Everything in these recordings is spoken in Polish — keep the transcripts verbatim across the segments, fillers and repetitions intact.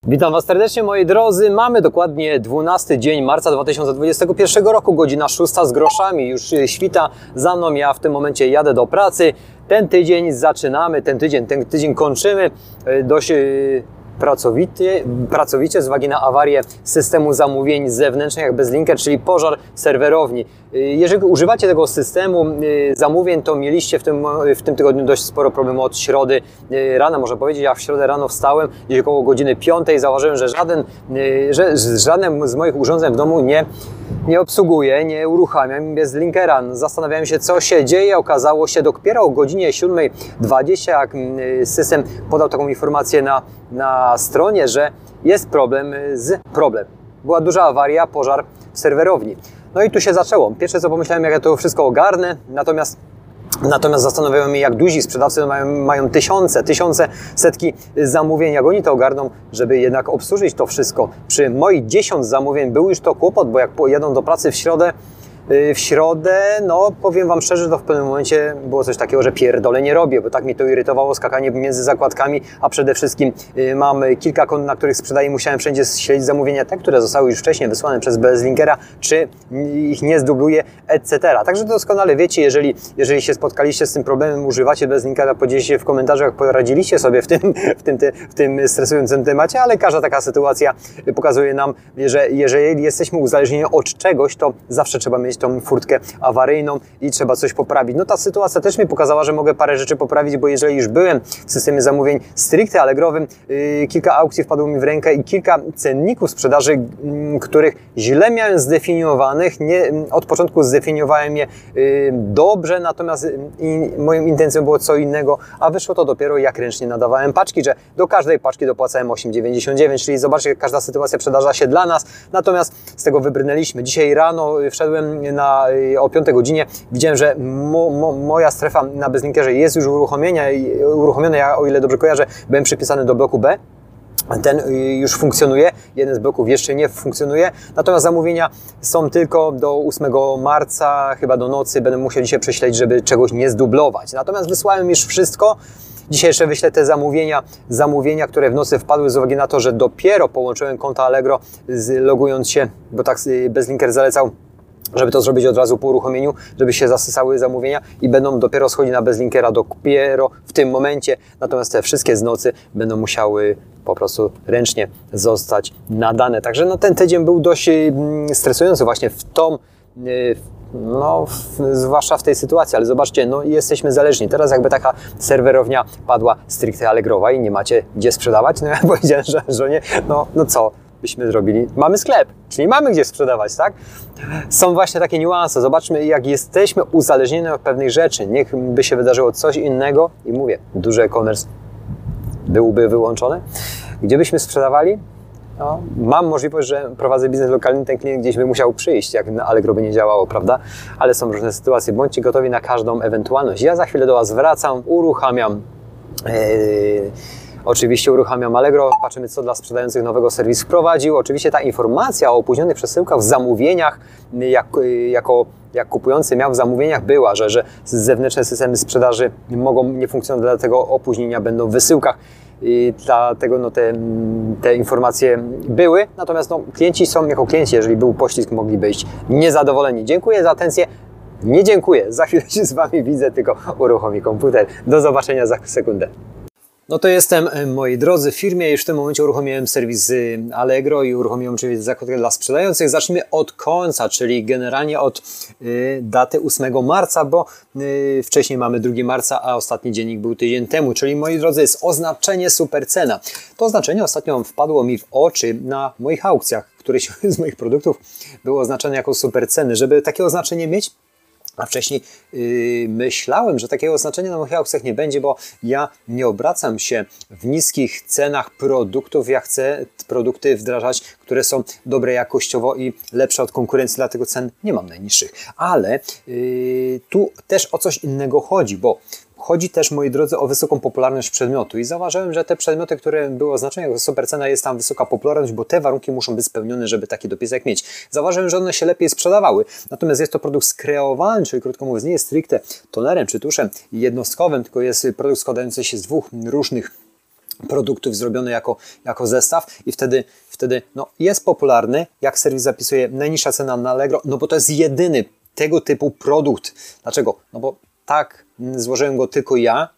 Witam Was serdecznie, moi drodzy. Mamy dokładnie dwunasty dzień marca dwa tysiące dwudziestego pierwszego roku, godzina szósta z groszami. Już świta za mną, ja w tym momencie jadę do pracy. Ten tydzień zaczynamy, ten tydzień, ten tydzień kończymy dość pracowicie, pracowicie z uwagi na awarię systemu zamówień zewnętrznych jak BezLinker, czyli pożar serwerowni. Jeżeli używacie tego systemu zamówień, to mieliście w tym, w tym tygodniu dość sporo problemów od środy rana, można powiedzieć. Ja w środę rano wstałem, gdzieś około godziny piątej, zauważyłem, że żaden, że żaden z moich urządzeń w domu nie, nie obsługuje, nie uruchamiam BezLinkera. Zastanawiałem się, co się dzieje. Okazało się dopiero o godzinie siódmej dwadzieścia, jak system podał taką informację na, na stronie, że jest problem z problem. Była duża awaria, pożar w serwerowni. No i tu się zaczęło. Pierwsze co pomyślałem, jak ja to wszystko ogarnę, natomiast Natomiast zastanawiałem się, jak duzi sprzedawcy mają, mają tysiące, tysiące, setki zamówień, jak oni to ogarną, żeby jednak obsłużyć to wszystko. Przy moich dziesięciu zamówień był już to kłopot, bo jak jadą do pracy w środę, w środę, no powiem Wam szczerze, to w pewnym momencie było coś takiego, że pierdolę nie robię, bo tak mnie to irytowało, skakanie między zakładkami, a przede wszystkim mam kilka kont, na których sprzedaję, musiałem wszędzie śledzić zamówienia, te, które zostały już wcześniej wysłane przez BezLinkera, czy ich nie zdubluję, et cetera. Także doskonale wiecie, jeżeli, jeżeli się spotkaliście z tym problemem, używacie BezLinkera, podzielcie się w komentarzach, jak poradziliście sobie w tym, w tym, w tym stresującym temacie, ale każda taka sytuacja pokazuje nam, że jeżeli jesteśmy uzależnieni od czegoś, to zawsze trzeba mieć tą furtkę awaryjną i trzeba coś poprawić. No ta sytuacja też mi pokazała, że mogę parę rzeczy poprawić, bo jeżeli już byłem w systemie zamówień stricte allegrowym, yy, kilka aukcji wpadło mi w rękę i kilka cenników sprzedaży, yy, których źle miałem zdefiniowanych. Nie, yy, od początku zdefiniowałem je yy, dobrze, natomiast yy, moją intencją było co innego, a wyszło to dopiero jak ręcznie nadawałem paczki, że do każdej paczki dopłacałem osiem dziewięćdziesiąt dziewięć, czyli zobaczcie, każda sytuacja przydarza się dla nas, natomiast z tego wybrnęliśmy. Dzisiaj rano wszedłem na, o piątej godzinie, widziałem, że mo, mo, moja strefa na BezLinkerze jest już uruchomiona, uruchomiona, ja o ile dobrze kojarzę, byłem przypisany do bloku B. Ten już funkcjonuje, jeden z bloków jeszcze nie funkcjonuje, natomiast zamówienia są tylko do ósmego marca, chyba do nocy, będę musiał dzisiaj prześledzić, żeby czegoś nie zdublować. Natomiast wysłałem już wszystko. Dzisiaj jeszcze wyślę te zamówienia, zamówienia, które w nocy wpadły z uwagi na to, że dopiero połączyłem konto Allegro, z, logując się, bo tak BezLinker zalecał, żeby to zrobić od razu po uruchomieniu, żeby się zasysały zamówienia i będą dopiero schodzić na BezLinkera dopiero w tym momencie. Natomiast te wszystkie z nocy będą musiały po prostu ręcznie zostać nadane. Także no, ten tydzień był dość stresujący właśnie w tą, no, w, zwłaszcza w tej sytuacji, ale zobaczcie, no jesteśmy zależni. Teraz jakby taka serwerownia padła stricte allegrowa i nie macie gdzie sprzedawać, no ja powiedziałem, że żonie, no, no co byśmy zrobili? Mamy sklep, czyli mamy gdzie sprzedawać, tak? Są właśnie takie niuanse. Zobaczmy, jak jesteśmy uzależnieni od pewnych rzeczy. Niech by się wydarzyło coś innego i mówię, duży e-commerce byłby wyłączony. Gdzie byśmy sprzedawali? No, mam możliwość, że prowadzę biznes lokalny, ten klient gdzieś by musiał przyjść, jak na Allegro by nie działało, prawda? Ale są różne sytuacje. Bądźcie gotowi na każdą ewentualność. Ja za chwilę do Was wracam, uruchamiam yy, Oczywiście uruchamiam Allegro, patrzymy, co dla sprzedających nowego serwis wprowadził. Oczywiście ta informacja o opóźnionych przesyłkach w zamówieniach, jak, jako, jak kupujący miał w zamówieniach, była, że, że zewnętrzne systemy sprzedaży mogą nie funkcjonować, dlatego opóźnienia będą w wysyłkach. I dlatego no, te, te informacje były, natomiast no, klienci są jako klienci, jeżeli był poślizg, mogli być niezadowoleni. Dziękuję za atencję. Nie dziękuję, za chwilę się z Wami widzę, tylko uruchomi komputer. Do zobaczenia za sekundę. No to jestem, moi drodzy, w firmie. Już w tym momencie uruchomiłem serwis Allegro i uruchomiłem oczywiście zakładkę dla sprzedających. Zacznijmy od końca, czyli generalnie od y, daty ósmego marca, bo y, wcześniej mamy drugiego marca, a ostatni dziennik był tydzień temu. Czyli, moi drodzy, jest oznaczenie supercena. To oznaczenie ostatnio wpadło mi w oczy na moich aukcjach. Któryś z moich produktów było oznaczone jako superceny. Żeby takie oznaczenie mieć, a wcześniej yy, myślałem, że takiego oznaczenia na moich aukcjach nie będzie, bo ja nie obracam się w niskich cenach produktów. Ja chcę produkty wdrażać, które są dobre jakościowo i lepsze od konkurencji, dlatego cen nie mam najniższych. Ale yy, tu też o coś innego chodzi, bo chodzi też, moi drodzy, o wysoką popularność przedmiotu i zauważyłem, że te przedmioty, które były oznaczone jako supercena, jest tam wysoka popularność, bo te warunki muszą być spełnione, żeby taki dopisek mieć. Zauważyłem, że one się lepiej sprzedawały, natomiast jest to produkt skreowany, czyli krótko mówiąc, nie jest stricte tonerem czy tuszem jednostkowym, tylko jest produkt składający się z dwóch różnych produktów zrobione jako, jako zestaw i wtedy, wtedy no, jest popularny, jak serwis zapisuje, najniższa cena na Allegro, no bo to jest jedyny tego typu produkt. Dlaczego? No bo tak, złożyłem go tylko ja,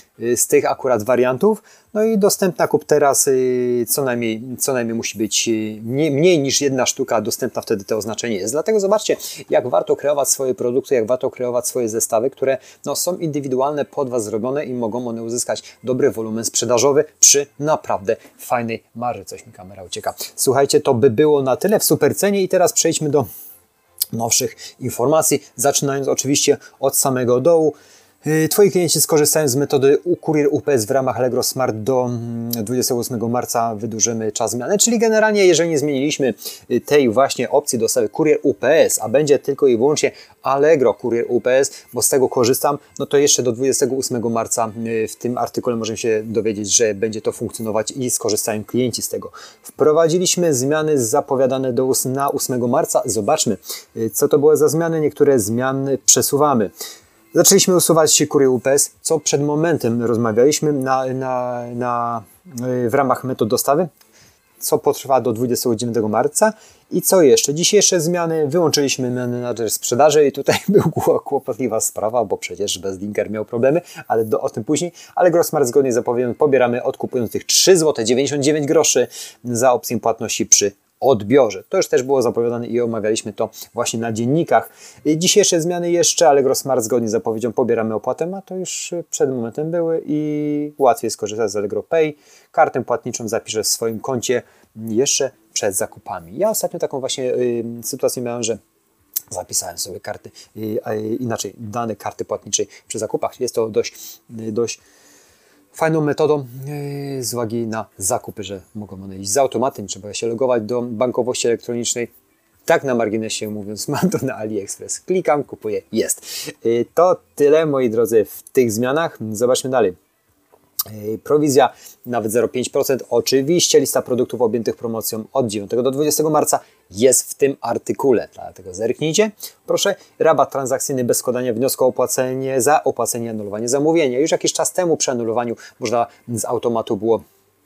z tych akurat wariantów, no i dostępna kup teraz co najmniej, co najmniej musi być mniej, mniej niż jedna sztuka dostępna, wtedy to oznaczenie jest. Dlatego zobaczcie, jak warto kreować swoje produkty, jak warto kreować swoje zestawy, które no, są indywidualne, pod Was zrobione i mogą one uzyskać dobry wolumen sprzedażowy przy naprawdę fajnej marży. Coś mi kamera ucieka. Słuchajcie, to by było na tyle w super cenie i teraz przejdźmy do nowszych informacji, zaczynając oczywiście od samego dołu. Twoi klienci skorzystają z metody Kurier U P S w ramach Allegro Smart do dwudziestego ósmego marca wydłużymy czas zmiany, czyli generalnie jeżeli nie zmieniliśmy tej właśnie opcji dostawy Kurier U P S, a będzie tylko i wyłącznie Allegro Kurier U P S, bo z tego korzystam, no to jeszcze do dwudziestego ósmego marca w tym artykule możemy się dowiedzieć, że będzie to funkcjonować i skorzystają klienci z tego. Wprowadziliśmy zmiany zapowiadane do na ósmego marca. Zobaczmy, co to były za zmiany. Niektóre zmiany przesuwamy. Zaczęliśmy usuwać Kurier U P S, co przed momentem rozmawialiśmy na, na, na, w ramach metod dostawy, co potrwa do dwudziestego dziewiątego marca. I co jeszcze? Dzisiejsze zmiany, wyłączyliśmy menadżer sprzedaży i tutaj była kłopotliwa sprawa, bo przecież Bezlinker miał problemy, ale do, o tym później. Allegro Smart zgodnie z zapowiedzią pobieramy od kupujących trzy złote dziewięćdziesiąt dziewięć groszy za opcję płatności przy odbiorze. To już też było zapowiadane i omawialiśmy to właśnie na dziennikach. Dzisiejsze zmiany jeszcze, Allegro Smart zgodnie z zapowiedzią pobieramy opłatę, a to już przed momentem były i łatwiej skorzystać z Allegro Pay. Kartę płatniczą zapiszę w swoim koncie jeszcze przed zakupami. Ja ostatnio taką właśnie y, sytuację miałem, że zapisałem sobie karty, y, y, inaczej dane karty płatniczej przy zakupach. Jest to dość, y, dość fajną metodą yy, z uwagi na zakupy, że mogą one iść z automatem, trzeba się logować do bankowości elektronicznej. Tak na marginesie mówiąc, mam to na AliExpress. Klikam, kupuję, jest. Yy, to tyle, moi drodzy, w tych zmianach. Zobaczmy dalej. Yy, prowizja nawet zero przecinek pięć procent. Oczywiście lista produktów objętych promocją od dziewiątego do dwudziestego marca jest w tym artykule, dlatego zerknijcie. Proszę, rabat transakcyjny bez składania wniosku o opłacenie za opłacenie i anulowanie zamówienia. Już jakiś czas temu przy anulowaniu można z automatu było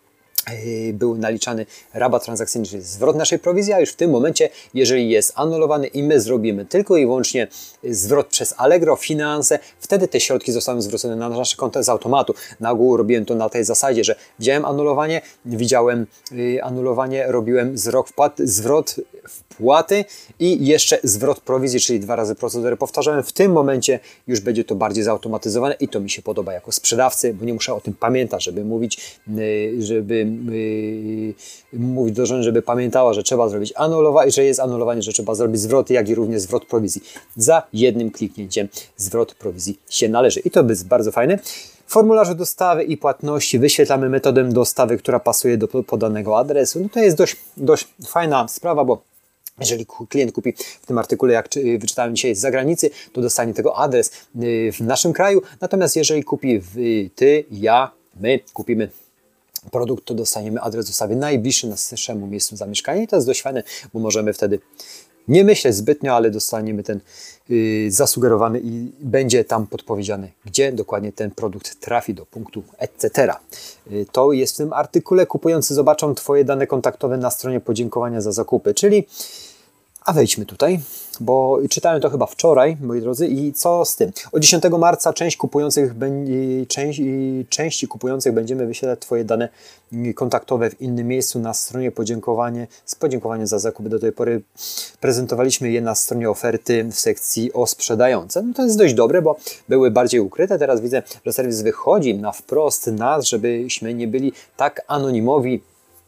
był naliczany rabat transakcyjny, czyli zwrot naszej prowizji, a już w tym momencie, jeżeli jest anulowany i my zrobimy tylko i wyłącznie zwrot przez Allegro Finanse, wtedy te środki zostaną zwrócone na nasze konto z automatu. Na ogół robiłem to na tej zasadzie, że widziałem anulowanie, widziałem yy, anulowanie, robiłem zwrot, wpłat, zwrot wpłaty i jeszcze zwrot prowizji, czyli dwa razy procedurę powtarzałem. W tym momencie już będzie to bardziej zautomatyzowane i to mi się podoba jako sprzedawcy, bo nie muszę o tym pamiętać, żeby mówić, yy, żeby Yy, mówić do żony, żeby pamiętała, że trzeba zrobić anulowanie, że jest anulowanie, że trzeba zrobić zwroty, jak i również zwrot prowizji. Za jednym kliknięciem zwrot prowizji się należy. I to jest bardzo fajne. W formularzu dostawy i płatności wyświetlamy metodę dostawy, która pasuje do podanego adresu. No to jest dość, dość fajna sprawa, bo jeżeli klient kupi w tym artykule, jak wyczytałem dzisiaj z zagranicy, to dostanie tego adres w naszym kraju. Natomiast jeżeli kupi ty, ja, my kupimy produkt, to dostaniemy adres dostawy najbliższy naszemu miejscu zamieszkania i to jest dość fajne, bo możemy wtedy nie myśleć zbytnio, ale dostaniemy ten yy, zasugerowany i będzie tam podpowiedziane, gdzie dokładnie ten produkt trafi do punktu, et cetera. Yy, to jest w tym artykule. Kupujący zobaczą Twoje dane kontaktowe na stronie podziękowania za zakupy, czyli a wejdźmy tutaj, bo czytałem to chyba wczoraj, moi drodzy, i co z tym? Od dziesiątego marca część kupujących, część, części kupujących będziemy wyświetlać Twoje dane kontaktowe w innym miejscu na stronie podziękowanie, z podziękowaniem za zakupy. Do tej pory prezentowaliśmy je na stronie oferty w sekcji o sprzedające. No to jest dość dobre, bo były bardziej ukryte. Teraz widzę, że serwis wychodzi na wprost nas, żebyśmy nie byli tak anonimowi,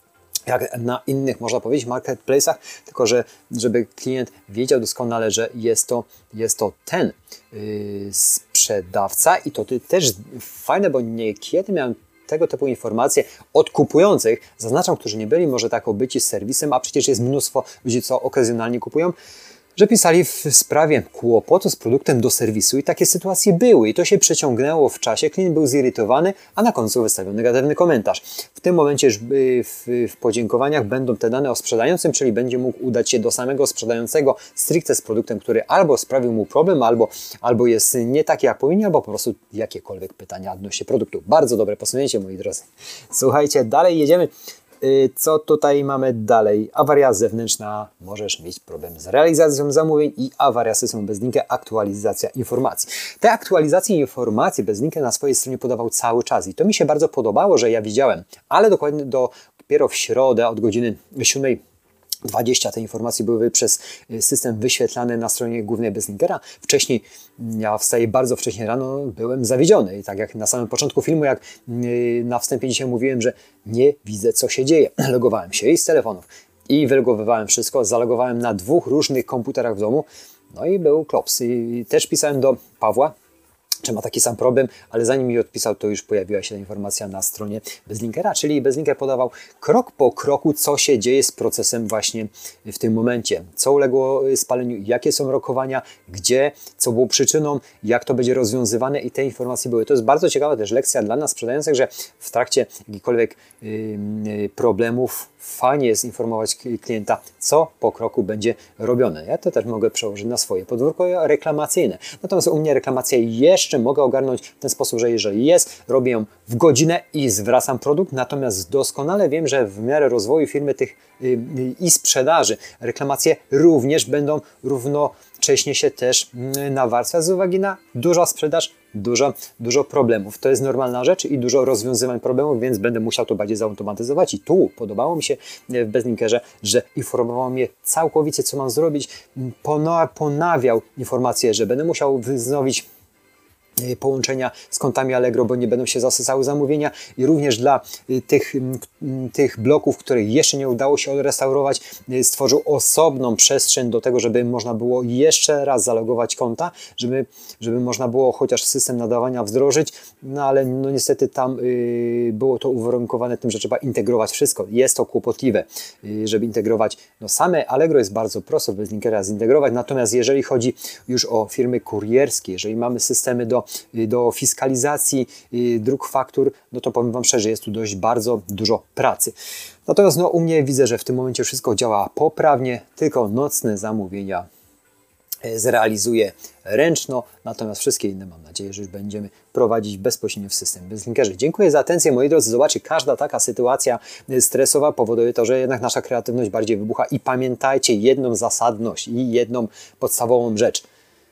jak na innych, można powiedzieć, marketplace'ach, tylko że żeby klient wiedział doskonale, że jest to, jest to ten yy, sprzedawca i to też fajne, bo niekiedy miałem tego typu informacje od kupujących, zaznaczam, którzy nie byli może tak obyci z serwisem, a przecież jest mnóstwo ludzi, co okazjonalnie kupują, że pisali w sprawie kłopotu z produktem do serwisu i takie sytuacje były i to się przeciągnęło w czasie, klient był zirytowany, a na końcu wystawił negatywny komentarz. W tym momencie już w, w podziękowaniach będą te dane o sprzedającym, czyli będzie mógł udać się do samego sprzedającego stricte z produktem, który albo sprawił mu problem, albo, albo jest nie taki jak powinien, albo po prostu jakiekolwiek pytania odnośnie produktu. Bardzo dobre posunięcie, moi drodzy. Słuchajcie, dalej jedziemy. Co tutaj mamy dalej? Awaria zewnętrzna, możesz mieć problem z realizacją zamówień i awaria systemu bezlinka, aktualizacja informacji. Te aktualizacje informacji bezlinka na swojej stronie podawał cały czas i to mi się bardzo podobało, że ja widziałem, ale dokładnie do, dopiero w środę od godziny siódmej dwadzieścia te informacje były przez system wyświetlane na stronie głównej Bezlinkera. Wcześniej, ja wstaję bardzo wcześnie rano, byłem zawiedziony. I tak jak na samym początku filmu, jak na wstępie dzisiaj mówiłem, że nie widzę, co się dzieje. Logowałem się i z telefonów, i wylogowywałem wszystko. Zalogowałem na dwóch różnych komputerach w domu. No i był klops. I też pisałem do Pawła, czy ma taki sam problem, ale zanim mi odpisał, to już pojawiła się ta informacja na stronie Bezlinkera, czyli Bezlinker podawał krok po kroku, co się dzieje z procesem właśnie w tym momencie. Co uległo spaleniu, jakie są rokowania, gdzie, co było przyczyną, jak to będzie rozwiązywane i te informacje były. To jest bardzo ciekawa też lekcja dla nas sprzedających, że w trakcie jakichkolwiek yy, problemów fajnie jest informować klienta, co po kroku będzie robione. Ja to też mogę przełożyć na swoje podwórko reklamacyjne. Natomiast u mnie reklamację jeszcze mogę ogarnąć w ten sposób, że jeżeli jest, robię ją w godzinę i zwracam produkt, natomiast doskonale wiem, że w miarę rozwoju firmy tych yy, yy, i sprzedaży reklamacje również będą równocześnie się też yy, nawarstwiać z uwagi na duża sprzedaż, Dużo, dużo problemów. To jest normalna rzecz i dużo rozwiązywań problemów, więc będę musiał to bardziej zautomatyzować. I tu podobało mi się w Bezlinkerze, że informował mnie całkowicie, co mam zrobić. Ponawiał informacje, że będę musiał wznowić połączenia z kontami Allegro, bo nie będą się zasysały zamówienia i również dla tych, tych bloków, które jeszcze nie udało się odrestaurować, stworzył osobną przestrzeń do tego, żeby można było jeszcze raz zalogować konta, żeby, żeby można było chociaż system nadawania wdrożyć, no ale no niestety tam yy, było to uwarunkowane tym, że trzeba integrować wszystko. Jest to kłopotliwe, yy, żeby integrować. No same Allegro jest bardzo prosto bez Linkera zintegrować, natomiast jeżeli chodzi już o firmy kurierskie, jeżeli mamy systemy do do fiskalizacji dróg faktur, no to powiem Wam szczerze, jest tu dość bardzo dużo pracy. Natomiast no, u mnie widzę, że w tym momencie wszystko działa poprawnie, tylko nocne zamówienia zrealizuję ręczno, natomiast wszystkie inne mam nadzieję, że już będziemy prowadzić bezpośrednio w systemie Bezlinkerze. Dziękuję za atencję, moi drodzy. Zobaczcie, każda taka sytuacja stresowa powoduje to, że jednak nasza kreatywność bardziej wybucha i pamiętajcie jedną zasadność i jedną podstawową rzecz.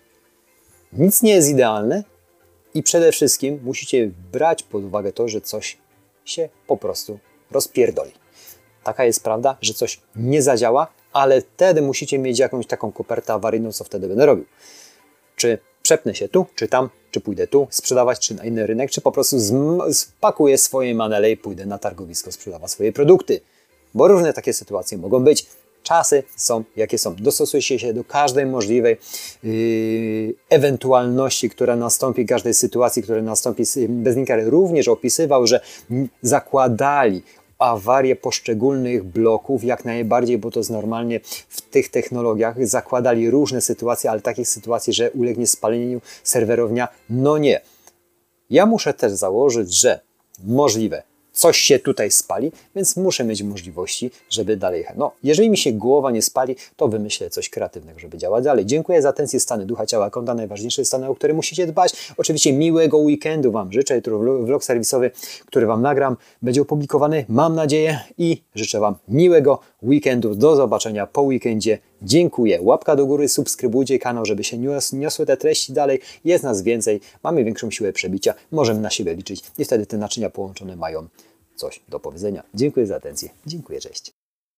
Nic nie jest idealne, i przede wszystkim musicie brać pod uwagę to, że coś się po prostu rozpierdoli. Taka jest prawda, że coś nie zadziała, ale wtedy musicie mieć jakąś taką kopertę awaryjną, co wtedy będę robił. Czy przepnę się tu, czy tam, czy pójdę tu sprzedawać, czy na inny rynek, czy po prostu spakuję swoje manele i pójdę na targowisko sprzedawać swoje produkty. Bo różne takie sytuacje mogą być. Czasy są jakie są. Dostosujcie się do każdej możliwej yy, ewentualności, która nastąpi, każdej sytuacji, która nastąpi. Bezlinker również opisywał, że zakładali awarię poszczególnych bloków jak najbardziej, bo to jest normalnie w tych technologiach. Zakładali różne sytuacje, ale takich sytuacji, że ulegnie spaleniu serwerownia, no nie. Ja muszę też założyć, że możliwe, coś się tutaj spali, więc muszę mieć możliwości, żeby dalej jechać. No, jeżeli mi się głowa nie spali, to wymyślę coś kreatywnego, żeby działać dalej. Dziękuję za atencję, stany ducha, ciała, konta, najważniejsze stany, o które musicie dbać. Oczywiście miłego weekendu Wam życzę. Jutro vlog serwisowy, który Wam nagram, będzie opublikowany, mam nadzieję, i życzę Wam miłego weekendu. Do zobaczenia po weekendzie. Dziękuję. Łapka do góry, subskrybujcie kanał, żeby się niosły te treści dalej. Jest nas więcej, mamy większą siłę przebicia, możemy na siebie liczyć i wtedy te naczynia połączone mają coś do powiedzenia. Dziękuję za atencję. Dziękuję, cześć.